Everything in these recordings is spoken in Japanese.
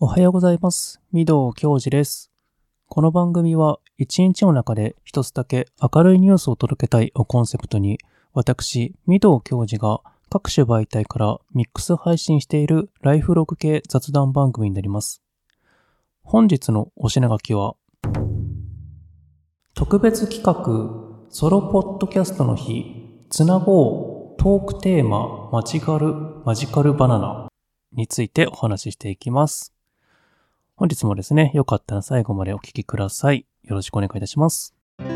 おはようございます。御堂教授です。この番組は一日の中で一つだけ明るいニュースを届けたいをコンセプトに、私、御堂教授が各種媒体からミックス配信しているライフログ系雑談番組になります。本日のお品書きは、特別企画ソロポッドキャストの日、つなごうトークテーママジカルバナナについてお話ししていきます。本日もですね、よかったら最後までお聞きください。よろしくお願いいたします。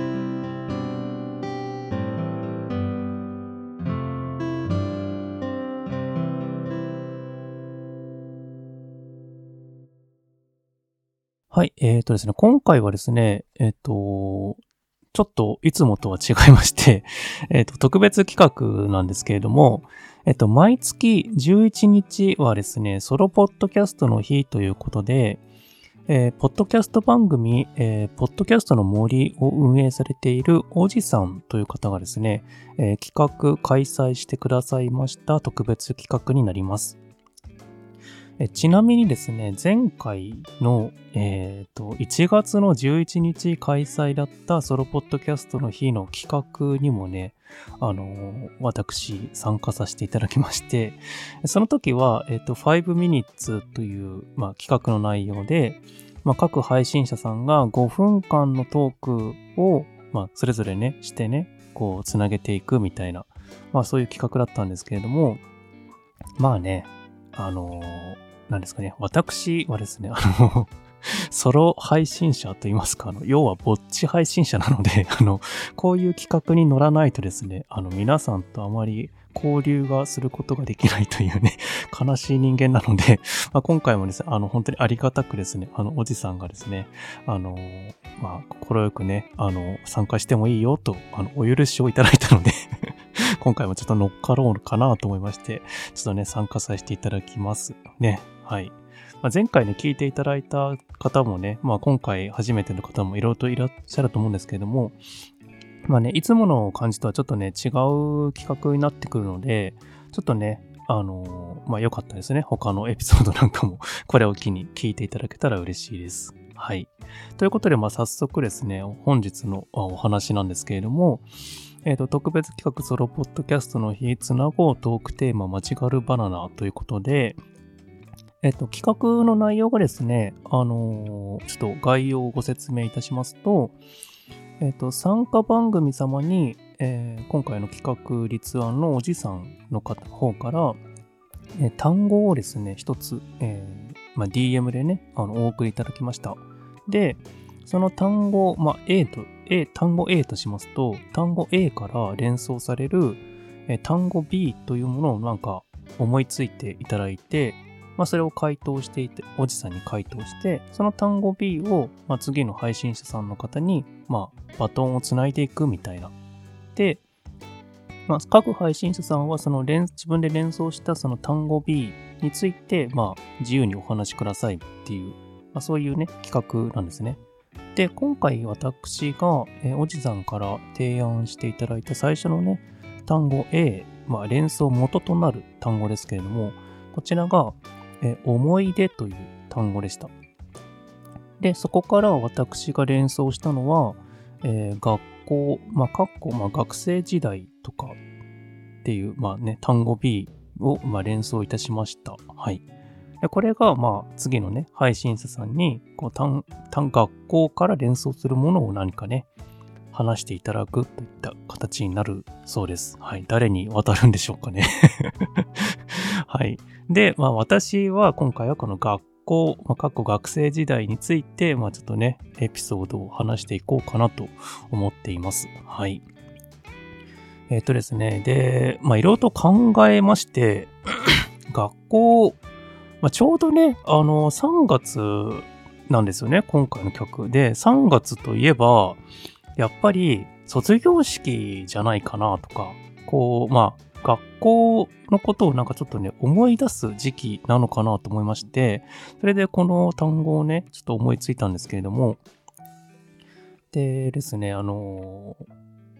はい、ですね、今回はですね、ちょっといつもとは違いまして、特別企画なんですけれども、毎月11日はですね、ソロポッドキャストの日ということで、ポッドキャスト番組、ポッドキャストの森を運営されているおじさんという方がですね、企画開催してくださいました特別企画になります。ちなみにですね、前回の、1月の11日開催だったソロポッドキャストの日の企画にもね、私参加させていただきまして、その時は、5 minutes という、企画の内容で、各配信者さんが5分間のトークを、それぞれね、してね、こう、つなげていくみたいな、そういう企画だったんですけれども、なんですかね、私はですね、ソロ配信者と言いますか、要はぼっち配信者なので、こういう企画に乗らないとですね、皆さんとあまり交流がすることができないというね、悲しい人間なので、今回もですね、本当にありがたくですね、おじさんがですね、心よくね、参加してもいいよと、お許しをいただいたので、今回もちょっと乗っかろうかなと思いまして、ちょっとね、参加させていただきますね。はい。前回ね、聞いていただいた方もね、今回初めての方もいろいろといらっしゃると思うんですけれども、いつもの感じとはちょっとね、違う企画になってくるので、ちょっとね、よかったですね。他のエピソードなんかも、これを機に聞いていただけたら嬉しいです。はい。ということで、早速ですね、本日のお話なんですけれども、特別企画ソロポッドキャストの日、つなごうトークテーママジカルバナナということで、企画の内容がですね、ちょっと概要をご説明いたしますと、参加番組様に、今回の企画立案のおじさんの方から、単語をですね、一つ、DM でね、お送りいただきました。で、その単語、単語 A としますと、単語 A から連想される、単語 B というものをなんか思いついていただいて、それを回答していて、おじさんに回答して、その単語 B を、次の配信者さんの方に、バトンをつないでいくみたいな。で、各配信者さんは自分で連想したその単語 B について、自由にお話しくださいっていう、そういうね、企画なんですね。で、今回私が、おじさんから提案していただいた最初のね、単語 A、連想元となる単語ですけれども、こちらが、思い出という単語でした。で、そこから私が連想したのは、学校、学生時代とかっていう、単語 B を、連想いたしました。はい。でこれが、次のね、配信者さんに、学校から連想するものを何かね、話していただくといった形になるそうです。はい。誰に渡るんでしょうかね。はい。で、私は今回はこの学校、学生時代について、ちょっとね、エピソードを話していこうかなと思っています。はい。ですね。で、いろいろと考えまして、学校、ちょうどね、3月なんですよね、今回の曲で、3月といえば、やっぱり卒業式じゃないかなとか、学校のことをなんかちょっとね、思い出す時期なのかなと思いまして、それでこの単語をね、ちょっと思いついたんですけれども、でですね、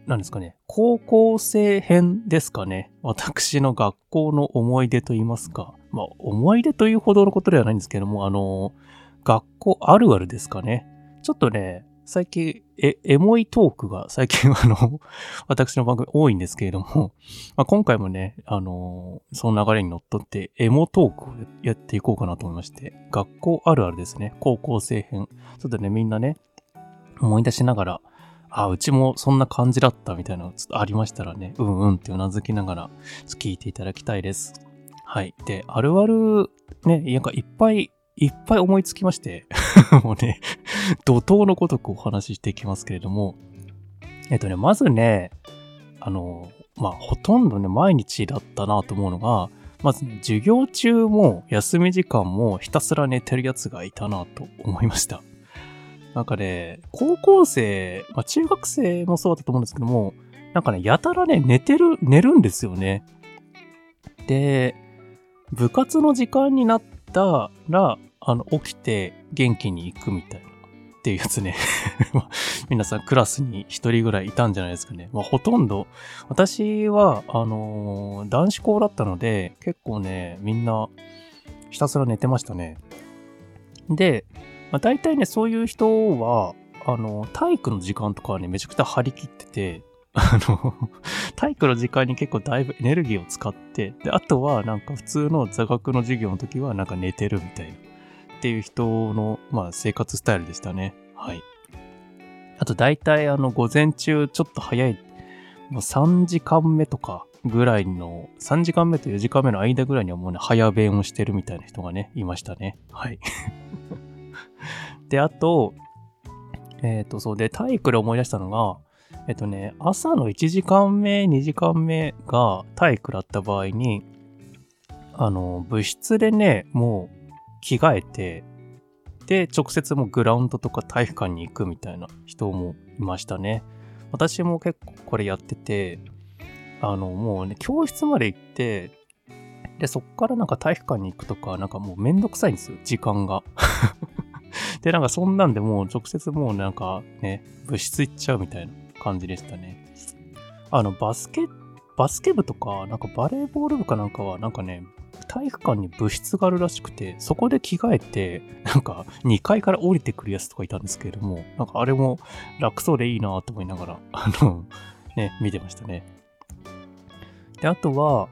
なんですかね、高校生編ですかね。私の学校の思い出と言いますか。まあ、思い出というほどのことではないんですけども、学校あるあるですかね。ちょっとね、最近、エモいトークが最近私の番組多いんですけれども、まあ、今回もね、その流れにのっとってエモトークをやっていこうかなと思いまして、学校あるあるですね。高校生編。ちょっとね、みんなね、思い出しながら、うちもそんな感じだったみたいなのありましたらね、うんうんってうなずきながら聞いていただきたいです。はい。で、あるあるね、なんかいっぱい思いつきまして、もうね、怒涛のごとくお話ししていきますけれども、まずね、ほとんどね、毎日だったなと思うのが、まずね、授業中も休み時間もひたすら寝てるやつがいたなと思いました。なんかね、高校生、中学生もそうだったと思うんですけども、なんかね、やたらね、寝るんですよね。で、部活の時間になったら、起きて元気に行くみたいな。っていうやつね。皆さんクラスに一人ぐらいいたんじゃないですかね。ほとんど、私は、男子校だったので、結構ね、みんな、ひたすら寝てましたね。で、大体ね、そういう人は、体育の時間とかはね、めちゃくちゃ張り切ってて、体育の時間に結構だいぶエネルギーを使って、で、あとはなんか普通の座学の授業の時はなんか寝てるみたいな、っていう人の、生活スタイルでしたね。はい。あと大体午前中ちょっと早い、もう3時間目とかぐらいの、3時間目と4時間目の間ぐらいにはもうね、早弁をしてるみたいな人がね、いましたね。はい。で、あと、そうで、体育で思い出したのが、朝の1時間目、2時間目が体育だった場合に、部室でね、もう着替えて、で、直接もうグラウンドとか体育館に行くみたいな人もいましたね。私も結構これやってて、もうね、教室まで行って、で、そっからなんか体育館に行くとか、なんかもうめんどくさいんですよ、時間が。で、なんかそんなんでもう直接もうなんかね、部室行っちゃうみたいな感じでしたね。バスケ部とか、なんかバレーボール部かなんかは、なんかね、体育館に部室があるらしくて、そこで着替えて、なんか2階から降りてくるやつとかいたんですけれども、なんかあれも楽そうでいいなと思いながら、ね、見てましたね。で、あとは、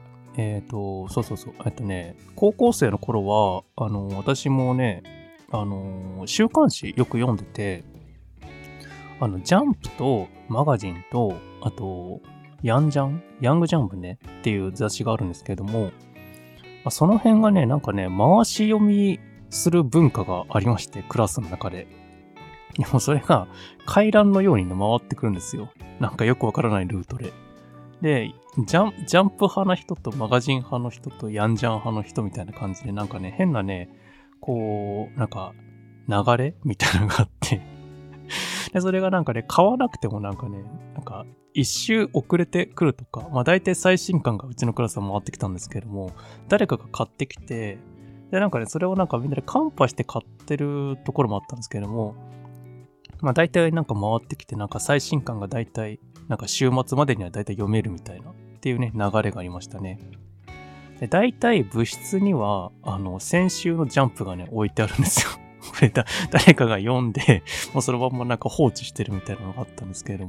高校生の頃は、私もね、週刊誌よく読んでて、ジャンプとマガジンと、あと、ヤングジャンプね、っていう雑誌があるんですけれども、その辺がね、なんかね、回し読みする文化がありまして、クラスの中で。でもそれが回覧のようにね、回ってくるんですよ。なんかよくわからないルートで。で、ジャンプ派な人とマガジン派の人とヤンジャン派の人みたいな感じで、なんかね、変なね、こう、なんか、流れみたいなのがあってで、それがなんかね、買わなくてもなんかね、なんか、一周遅れてくるとか、大体最新刊がうちのクラスは回ってきたんですけれども、誰かが買ってきて、で、なんかね、それをなんかみんなでカンパして買ってるところもあったんですけれども、大体なんか回ってきて、なんか最新刊が大体、なんか週末までには大体読めるみたいな、っていうね、流れがありましたね。で、大体部室には、先週のジャンプがね、置いてあるんですよ。これ誰かが読んで、もうそのままなんか放置してるみたいなのがあったんですけれども。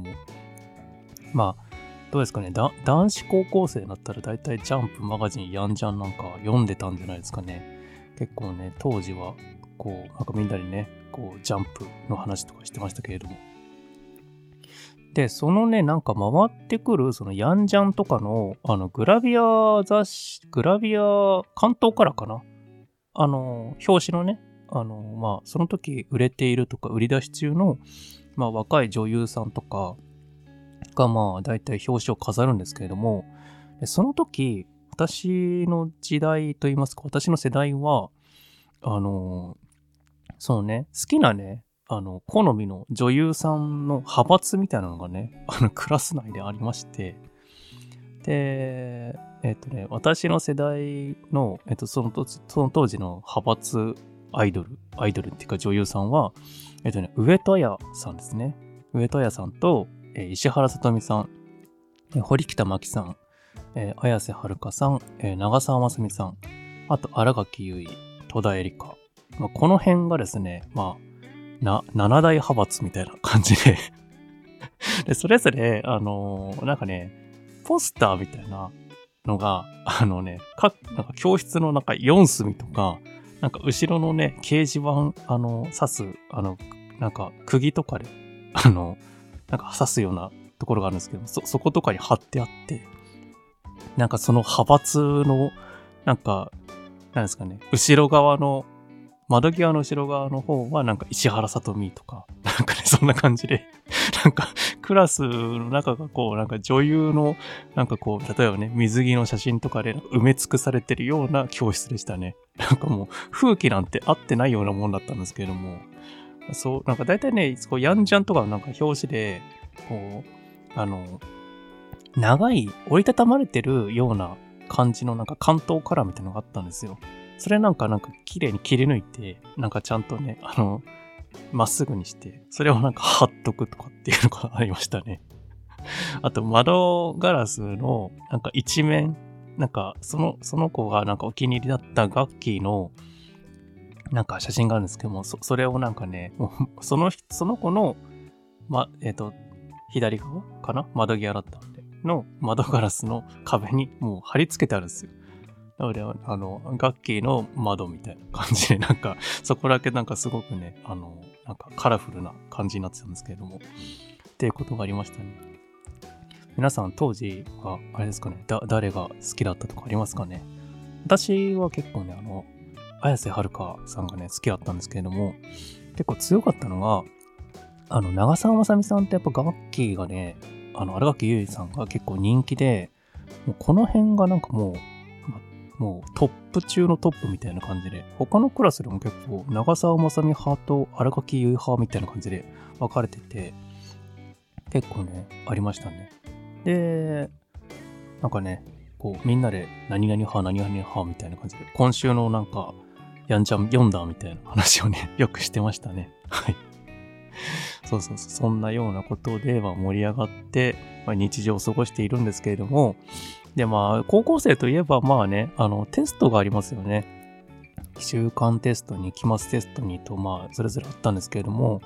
どうですかね。男子高校生だったら大体ジャンプ、マガジン、ヤンジャンなんか読んでたんじゃないですかね。結構ね、当時は、こう、なんかみんなにね、こう、ジャンプの話とかしてましたけれども。で、そのね、なんか回ってくる、そのヤンジャンとかの、グラビア雑誌、関東からかな。表紙のね、その時売れているとか売り出し中の、若い女優さんとかが、大体表紙を飾るんですけれども、その時、私の時代といいますか、私の世代は、そのね、好きなね、好みの女優さんの派閥みたいなのがね、クラス内でありまして、で、私の世代の、その当時の派閥アイドルっていうか女優さんは、上戸彩さんですね。上戸彩さんと、石原さとみさん。 堀北真希さん、綾瀬はるかさん、長澤まさみさん、あと新垣結衣、戸田恵梨香。この辺がですね、7大派閥みたいな感じでで、それぞれ、なんかね、ポスターみたいなのが、なんか教室のなんか4隅とか、なんか後ろのね、掲示板、刺す、なんか釘とかで、なんか刺すようなところがあるんですけど、そことかに貼ってあって、なんかその派閥の、なんか、なんですかね、後ろ側の、窓際の後ろ側の方はなんか石原さとみとか、なんかね、そんな感じで、なんかクラスの中がこう、なんか女優の、なんかこう、例えばね、水着の写真とかで埋め尽くされてるような教室でしたね。なんかもう、風紀なんて合ってないようなもんだったんですけれども、そう、なんか大体ね、こうヤンジャンとかのなんか表紙で、こう、長い、折りたたまれてるような感じのなんか関東カラーみたいなのがあったんですよ。それなんか綺麗に切り抜いて、なんかちゃんとね、まっすぐにして、それをなんか貼っとくとかっていうのがありましたね。あと窓ガラスのなんか一面、なんかその子がなんかお気に入りだったガッキーのなんか写真があるんですけども、それをなんかね、もうその子の、左側かな窓際だったんで、の窓ガラスの壁にもう貼り付けてあるんですよ。なので、ガッキーの窓みたいな感じで、なんか、そこだけなんかすごくね、なんかカラフルな感じになってたんですけれども、っていうことがありましたね。皆さん当時は、あれですかね、誰が好きだったとかありますかね。私は結構ね、綾瀬はるかさんがね、好きだったんですけれども、結構強かったのが、長澤まさみさんってやっぱガッキーがね、新垣結衣さんが結構人気で、もうこの辺がなんかもうトップ中のトップみたいな感じで、他のクラスでも結構長澤まさみ派と新垣結衣派みたいな感じで分かれてて、結構ね、ありましたね。で、なんかね、こうみんなで何々派何々派みたいな感じで、今週のなんか、やんちゃん読んだみたいな話をね、よくしてましたね。はい。そう、そんなようなことで、盛り上がって、日常を過ごしているんですけれども、で、高校生といえば、テストがありますよね。週間テストに、期末テストにと、それぞれあったんですけれども、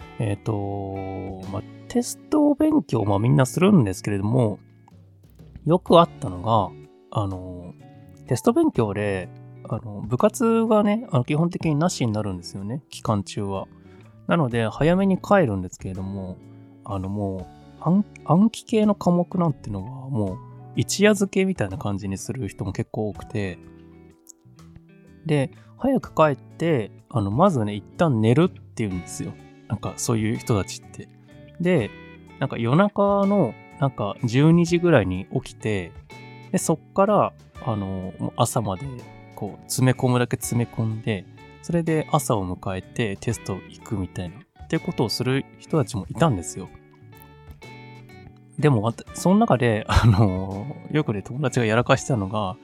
テスト勉強、みんなするんですけれども、よくあったのが、テスト勉強で、部活がね、基本的になしになるんですよね、期間中は。なので、早めに帰るんですけれども、もう、暗記系の科目なんてのは、もう、一夜漬けみたいな感じにする人も結構多くて、で、早く帰って、まずね、一旦寝るっていうんですよ。なんか、そういう人たちって。で、なんか夜中の、なんか12時ぐらいに起きて、で、そっから、朝まで、こう、詰め込むだけ詰め込んで、それで朝を迎えてテスト行くみたいな、ってことをする人たちもいたんですよ。でも、その中で、よくね、友達がやらかしたのが、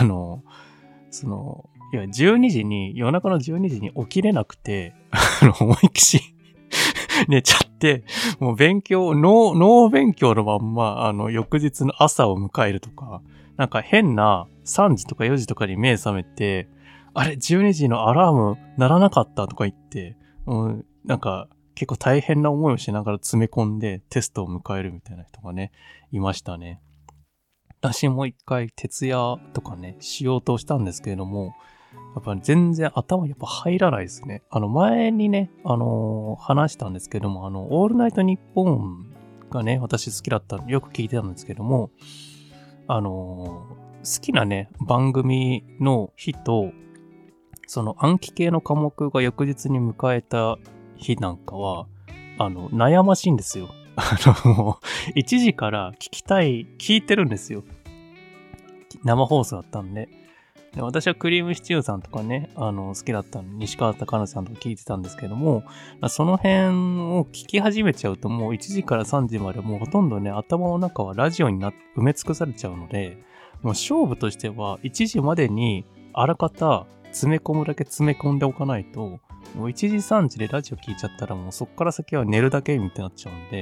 いや、夜中の12時に起きれなくて、思いっきし寝ちゃって、もうノー勉強のまんま、翌日の朝を迎えるとか、なんか変な3時とか4時とかに目覚めて、あれ、12時のアラーム鳴らなかったとか言って、なんか結構大変な思いをしながら詰め込んでテストを迎えるみたいな人がね、いましたね。私も一回徹夜とかね、しようとしたんですけれども、やっぱり全然頭やっぱ入らないですね。前にね、話したんですけども、オールナイトニッポンがね、私好きだったのよく聞いてたんですけども、好きなね、番組の日と、その暗記系の科目が翌日に迎えた日なんかは、悩ましいんですよ。1時から聞いてるんですよ。生放送だったんで。私はクリームシチューさんとかね、好きだったので、西川貴教さんとか聞いてたんですけども、その辺を聞き始めちゃうともう1時から3時までもうほとんどね、頭の中はラジオに埋め尽くされちゃうので、もう勝負としては1時までにあらかた詰め込むだけ詰め込んでおかないと、もう1時3時でラジオ聞いちゃったらもうそっから先は寝るだけみたいになっちゃうんで、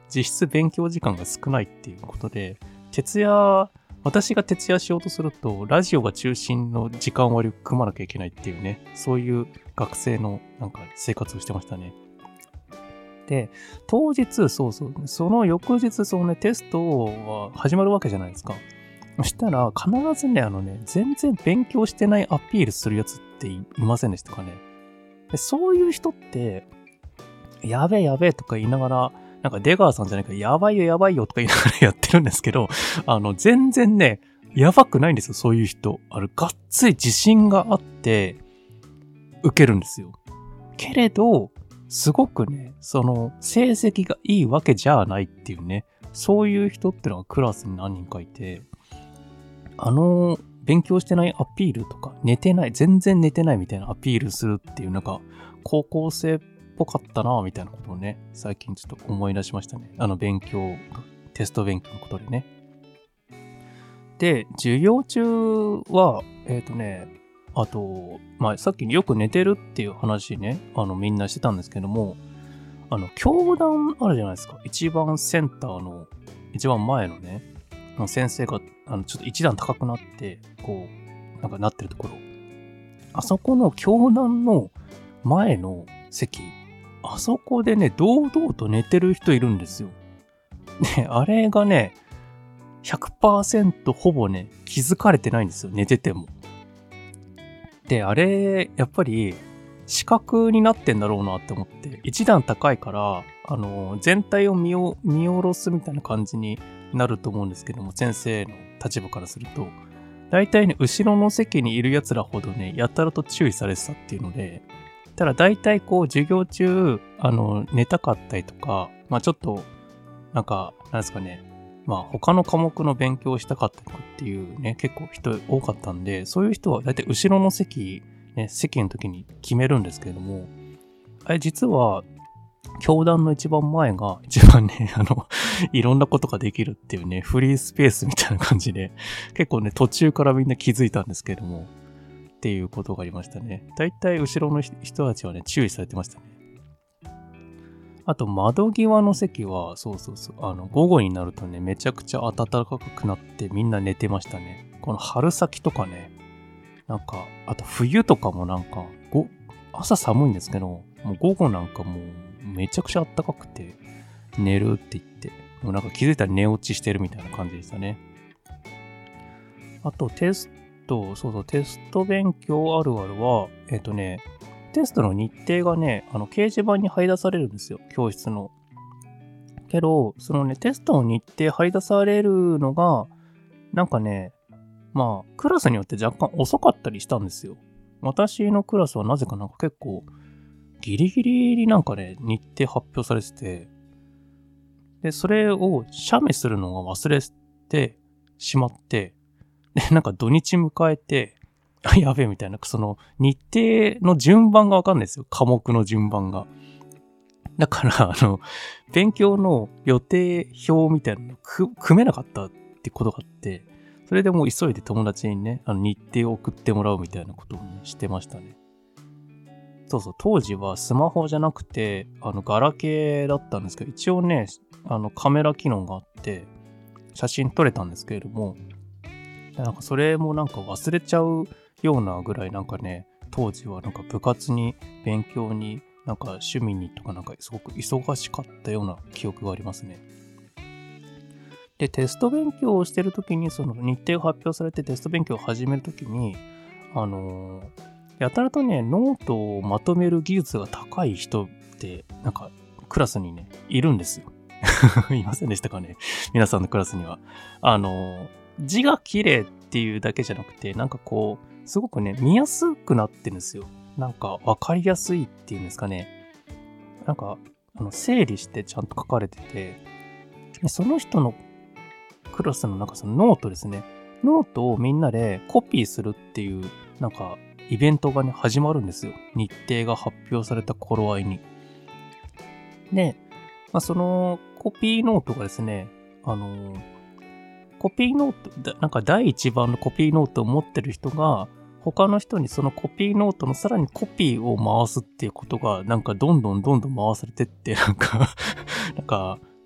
実質勉強時間が少ないっていうことで、私が徹夜しようとすると、ラジオが中心の時間割を組まなきゃいけないっていうね、そういう学生のなんか生活をしてましたね。で、当日、その翌日、テストは始まるわけじゃないですか。そしたら、必ずね、全然勉強してないアピールするやつっていませんでしたかね。で、そういう人って、やべえとか言いながら、なんか出川さんじゃないけど、やばいよとか言いながらやってるんですけど、全然ね、やばくないんですよ、そういう人。がっつり自信があって、受けるんですよ。けれど、すごくね、成績がいいわけじゃないっていうね、そういう人ってのがクラスに何人かいて、勉強してないアピールとか、全然寝てないみたいなアピールするっていう、なんか、高校生っぽかったなみたいなことをね、最近ちょっと思い出しましたね。テスト勉強のことでね。で、授業中は、あと、さっきよく寝てるっていう話ね、みんなしてたんですけども、教壇あるじゃないですか。一番センターの、一番前のね、先生が、ちょっと一段高くなって、こう、なんかなってるところ。あそこの教壇の前の席、あそこでね、堂々と寝てる人いるんですよ。ね、あれがね、100% ほぼね、気づかれてないんですよ。寝てても。で、あれ、やっぱり、視覚になってんだろうなって思って、一段高いから、全体を見下ろすみたいな感じになると思うんですけども、先生の立場からすると、大体ね、後ろの席にいる奴らほどね、やたらと注意されてたっていうので、ただ大体こう、授業中、寝たかったりとか、ちょっと、なんですかね、他の科目の勉強をしたかったりとかっていうね、結構人多かったんで、そういう人は大体後ろの席の時に決めるんですけれども、あれ実は、教壇の一番前が一番ね、いろんなことができるっていうね、フリースペースみたいな感じで、結構ね、途中からみんな気づいたんですけれども、っていうことがありましたね。だいたい後ろの人たちはね、注意されてましたね。あと、窓際の席は、午後になるとね、めちゃくちゃ暖かくなってみんな寝てましたね。この春先とかね、なんか、あと冬とかもなんか、朝寒いんですけど、もう午後なんかもうめちゃくちゃ暖かくて、寝るって言って、もうなんか気づいたら寝落ちしてるみたいな感じでしたね。あとテスト勉強あるあるは、テストの日程がね、掲示板に貼り出されるんですよ、教室の。けど、そのね、テストの日程貼り出されるのが、なんかね、クラスによって若干遅かったりしたんですよ。私のクラスはなぜかなんか結構、ギリギリになんかね、日程発表されてて、で、それを写メするのが忘れてしまって、で、なんか土日迎えて、やべえみたいな、その日程の順番がわかんないですよ。科目の順番が。だから、勉強の予定表みたいなの組めなかったってことがあって、それでもう急いで友達にね、日程を送ってもらうみたいなことをね、してましたね。当時はスマホじゃなくて、ガラケーだったんですけど、一応ね、カメラ機能があって、写真撮れたんですけれども、なんかそれもなんか忘れちゃうようなぐらいなんかね、当時はなんか部活に、勉強に、なんか趣味にとかなんかすごく忙しかったような記憶がありますね。で、テスト勉強をしてるときに、その日程が発表されてテスト勉強を始めるときに、やたらとね、ノートをまとめる技術が高い人って、なんかクラスにね、いるんですよ。いませんでしたかね、皆さんのクラスには。字が綺麗っていうだけじゃなくて、なんかこう、すごくね、見やすくなってるんですよ。なんかわかりやすいっていうんですかね。なんか、整理してちゃんと書かれてて、でその人のクラスのなんかそのノートですね。ノートをみんなでコピーするっていう、なんか、イベントがね、始まるんですよ。日程が発表された頃合いに。で、そのコピーノートがですね、コピーノート、なんか第一番のコピーノートを持ってる人が、他の人にそのコピーノートのさらにコピーを回すっていうことが、なんかどんどん回されてって、なんか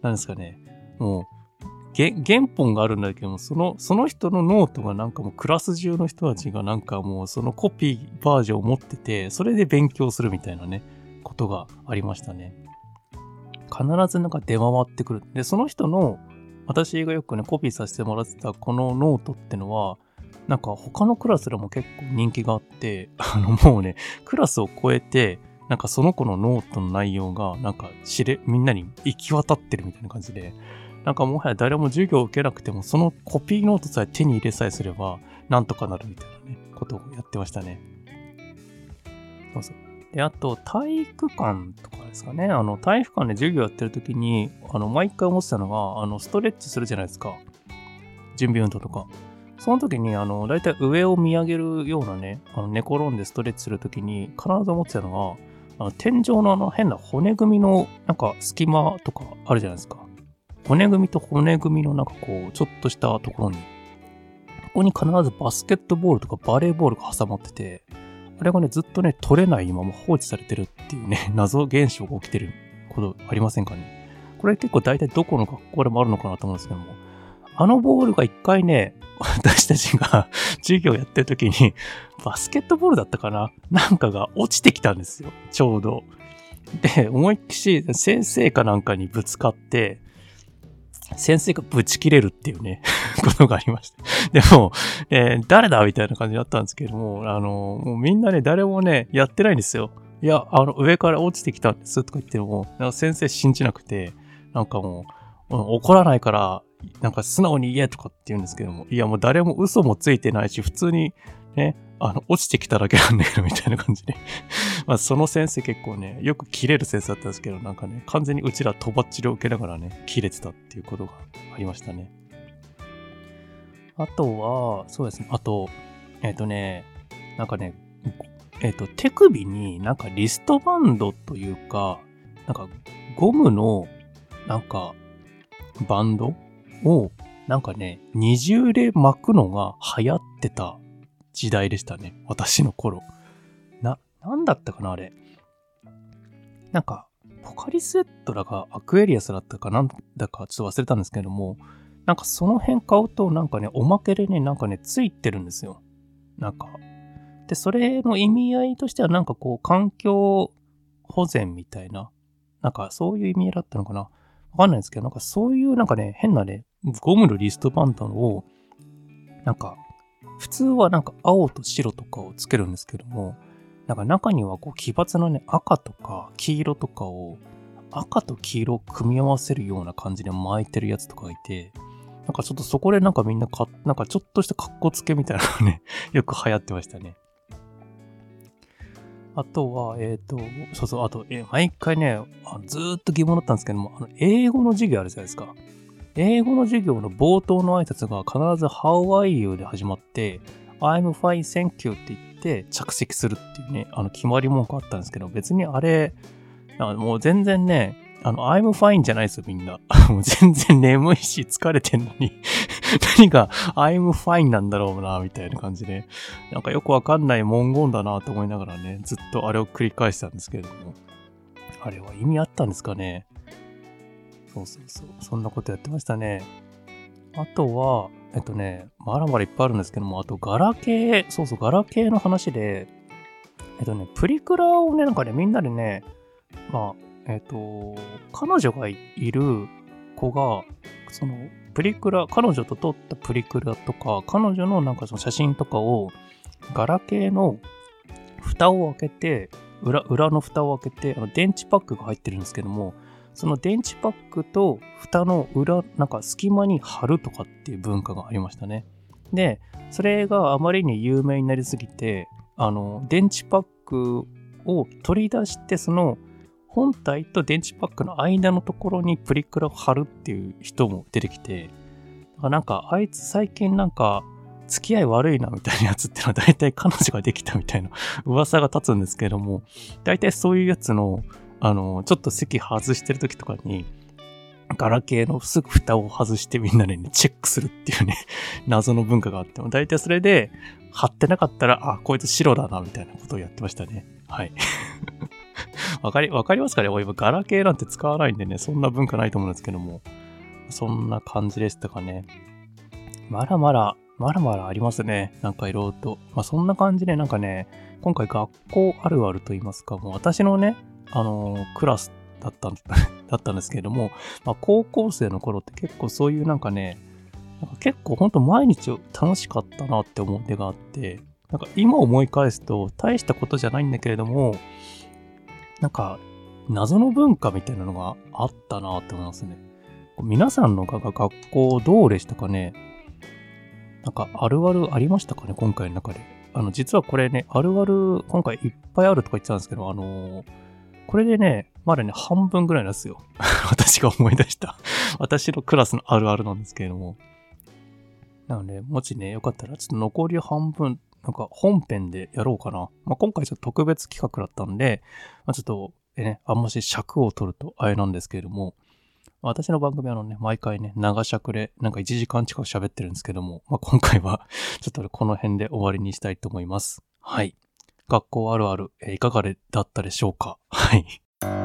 なんですかね、もう、原本があるんだけども、その人のノートがなんかもうクラス中の人たちがなんかもうそのコピーバージョンを持ってて、それで勉強するみたいなね、ことがありましたね。必ずなんか出回ってくる。で、その人の、私がよくね、コピーさせてもらってたこのノートってのは、なんか他のクラスでも結構人気があって、もうね、クラスを超えて、なんかその子のノートの内容が、なんかみんなに行き渡ってるみたいな感じで、なんかもはや誰も授業を受けなくても、そのコピーノートさえ手に入れさえすれば、なんとかなるみたいなね、ことをやってましたね。そうそう。で、あと、体育館とかですかね。体育館で授業やってる時に、毎回思ってたのが、ストレッチするじゃないですか。準備運動とか。その時に、だいたい上を見上げるようなね、寝転んでストレッチする時に、必ず思ってたのが、天井の変な骨組みの、なんか隙間とかあるじゃないですか。骨組みと骨組みのなんかこう、ちょっとしたところに、ここに必ずバスケットボールとかバレーボールが挟まってて、あれがね、ずっとね、取れないまま放置されてるっていうね、謎現象が起きてることありませんかね。これ結構大体どこの学校でもあるのかなと思うんですけども、あのボールが一回ね、私たちが授業やってる時に、バスケットボールだったかな、なんかが落ちてきたんですよ、ちょうど。で、思いっきし先生かなんかにぶつかって、先生がブチ切れるっていうね、ことがありました。でも、誰だみたいな感じだったんですけども、もうみんなね、誰もね、やってないんですよ。いや、上から落ちてきたんですとか言っても、なんか先生信じなくて、なんかもう、怒らないから、なんか素直に言えとかって言うんですけども、いやもう誰も嘘もついてないし、普通にね、落ちてきただけなんだけど、みたいな感じで。まあ、その先生結構ね、よく切れる先生だったんですけど、なんかね、完全にうちらとばっちりを受けながらね、切れてたっていうことがありましたね。あとは、そうですね、あと、なんかね、手首になんかリストバンドというか、なんかゴムの、なんか、バンドを、なんかね、二重で巻くのが流行ってた時代でしたね。私の頃。なんだったかなあれ。なんか、ポカリスエットだかアクエリアスだったかなんだかちょっと忘れたんですけども、なんかその辺買うとなんかね、おまけでね、なんかね、ついてるんですよ。なんか。で、それの意味合いとしてはなんかこう、環境保全みたいな、なんかそういう意味合いだったのかなわかんないですけど、なんかそういうなんかね、変なね、ゴムのリストバンドを、なんか、普通はなんか青と白とかをつけるんですけども、なんか中にはこう奇抜なね、赤とか黄色とかを、赤と黄色を組み合わせるような感じで巻いてるやつとかがいて、なんかちょっとそこでなんかみんななんかちょっとした格好つけみたいなのね、よく流行ってましたね。あとは、そうそう、あと、毎回ね、ずーっと疑問だったんですけども、英語の授業あるじゃないですか。英語の授業の冒頭の挨拶が必ず How are you? で始まって、I'm fine, thank you って言って着席するっていうね、決まり文句あったんですけど、別にあれ、もう全然ね、I'm fine じゃないですよ、みんな。もう全然眠いし疲れてんのに何が I'm fine なんだろうな、みたいな感じで、なんかよくわかんない文言だなと思いながらね、ずっとあれを繰り返してたんですけれども、あれは意味あったんですかね。そうそうそう。そんなことやってましたね。あとは、まだまだいっぱいあるんですけども、あとガラケー、そうそう、ガラケーの話で、プリクラをね、なんかね、みんなでね、まあ、彼女がいる子が、その、プリクラ、彼女と撮ったプリクラとか、彼女のなんかその写真とかを、ガラケーの蓋を開けて、裏の蓋を開けて、電池パックが入ってるんですけども、その電池パックと蓋の裏、なんか隙間に貼るとかっていう文化がありましたね。で、それがあまりに有名になりすぎて、電池パックを取り出して、その本体と電池パックの間のところにプリクラを貼るっていう人も出てきて、なんかあいつ最近なんか付き合い悪いなみたいなやつってのは大体彼女ができたみたいな噂が立つんですけれども、大体そういうやつのちょっと席外してる時とかに、ガラケーのすぐ蓋を外してみんなでね、チェックするっていうね、謎の文化があっても、大体それで、貼ってなかったら、あ、こいつ白だな、みたいなことをやってましたね。はい。 わかりますかね？今、ガラケーなんて使わないんでね、そんな文化ないと思うんですけども。そんな感じでしたかね。まだまだありますね。なんかいろいろと。そんな感じでなんかね、今回学校あるあると言いますか、もう私のね、クラスだったんですけれども、高校生の頃って結構そういうなんかね、なんか結構ほんと毎日楽しかったなって思い出があって、なんか今思い返すと大したことじゃないんだけれども、なんか謎の文化みたいなのがあったなって思いますね。皆さんの学校どうでしたかね？なんかあるあるありましたかね？今回の中で。実はこれね、あるある今回いっぱいあるとか言ってたんですけど、これでね、まだね、半分ぐらいなんですよ。私が思い出した。私のクラスのあるあるなんですけれども。なので、もしね、よかったら、ちょっと残り半分、なんか本編でやろうかな。今回ちょっと特別企画だったんで、ちょっと、あんまし尺を取るとあれなんですけれども、私の番組毎回ね、長尺で、なんか1時間近く喋ってるんですけども、今回は、ちょっとこの辺で終わりにしたいと思います。はい。学校あるある、いかがだったでしょうか？はい。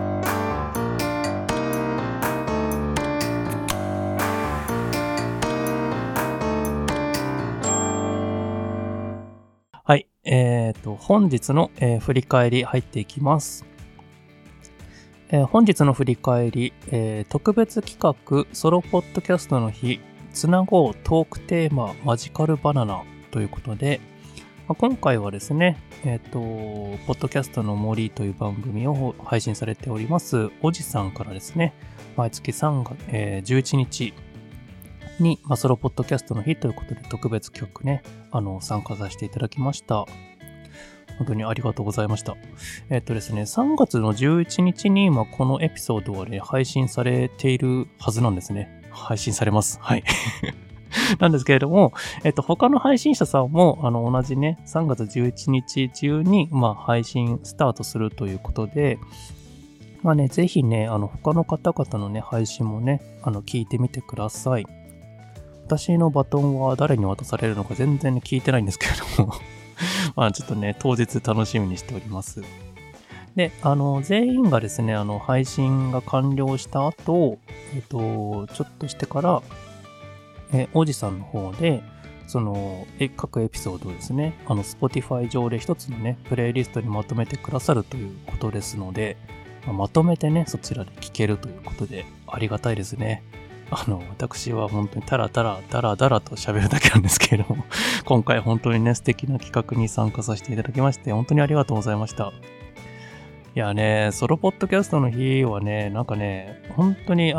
はい。本日の、振り返り入っていきます。本日の振り返り、特別企画ソロポッドキャストの日つなごうトークテーママジカルバナナということで、今回はですね、ポッドキャストの森という番組を配信されておりますおじさんからですね、毎月3月、11日に、ソロポッドキャストの日ということで特別企画ね、参加させていただきました。本当にありがとうございました。ですね、3月の11日に、このエピソードはね、配信されているはずなんですね。配信されます。はい。なんですけれども、他の配信者さんも、同じね、3月11日中に、配信スタートするということで、ぜひね、他の方々のね、配信もね、聞いてみてください。私のバトンは誰に渡されるのか全然聞いてないんですけれども、ちょっとね、当日楽しみにしております。で、全員がですね、配信が完了した後、ちょっとしてから、おじさんの方で、各エピソードをですね、Spotify 上で一つのね、プレイリストにまとめてくださるということですので、まとめてね、そちらで聞けるということで、ありがたいですね。私は本当にダラダラと喋るだけなんですけれども、今回本当にね、素敵な企画に参加させていただきまして、本当にありがとうございました。いやね、ソロポッドキャストの日はね、なんかね、本当に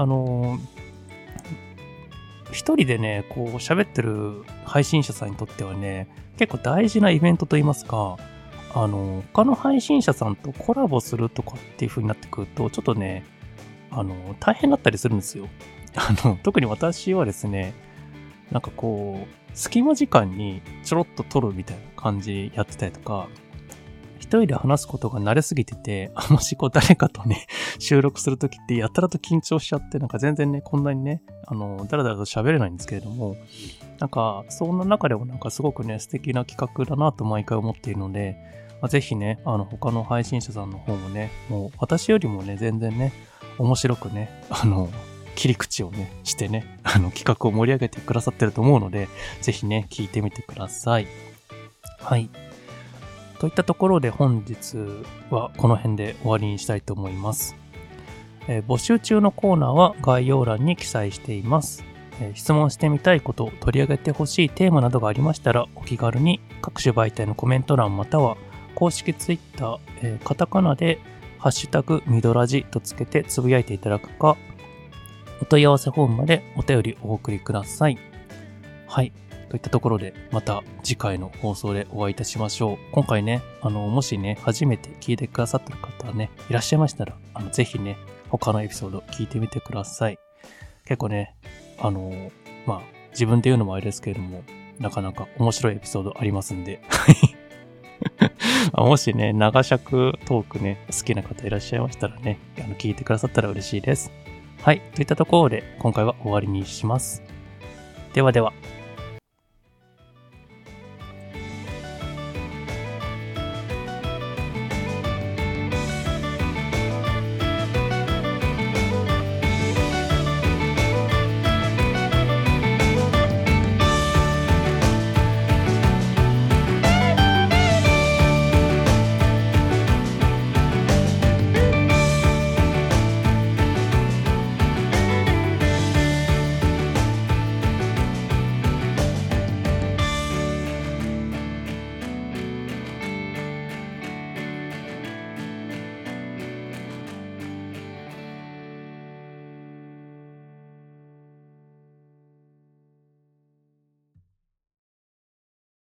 一人でね、こう喋ってる配信者さんにとってはね、結構大事なイベントといいますか、他の配信者さんとコラボするとかっていう風になってくると、ちょっとね、大変だったりするんですよ。特に私はですね、なんかこう、隙間時間にちょろっと撮るみたいな感じやってたりとか、一人で話すことが慣れすぎてて、もしこう誰かとね、収録するときってやたらと緊張しちゃって、なんか全然ね、こんなにね、だらだらと喋れないんですけれども、なんか、そんな中でもなんかすごくね、素敵な企画だなと毎回思っているので、ぜひね、他の配信者さんの方もね、もう私よりもね、全然ね、面白くね、切り口をね、してね、企画を盛り上げてくださってると思うので、ぜひね、聞いてみてください。はい。といったところで本日はこの辺で終わりにしたいと思います。募集中のコーナーは概要欄に記載しています。質問してみたいこと、取り上げてほしいテーマなどがありましたら、お気軽に各種媒体のコメント欄または公式ツイッター、カタカナでハッシュタグミドラジとつけてつぶやいていただくか、お問い合わせフォームまでお便りお送りください。はい。といったところで、また次回の放送でお会いいたしましょう。今回ね、もしね、初めて聞いてくださってる方はね、いらっしゃいましたら、ぜひね、他のエピソード聞いてみてください。結構ね、自分で言うのもあれですけれども、なかなか面白いエピソードありますんで。もしね、長尺トークね、好きな方いらっしゃいましたらね、聞いてくださったら嬉しいです。はい。といったところで、今回は終わりにします。ではでは。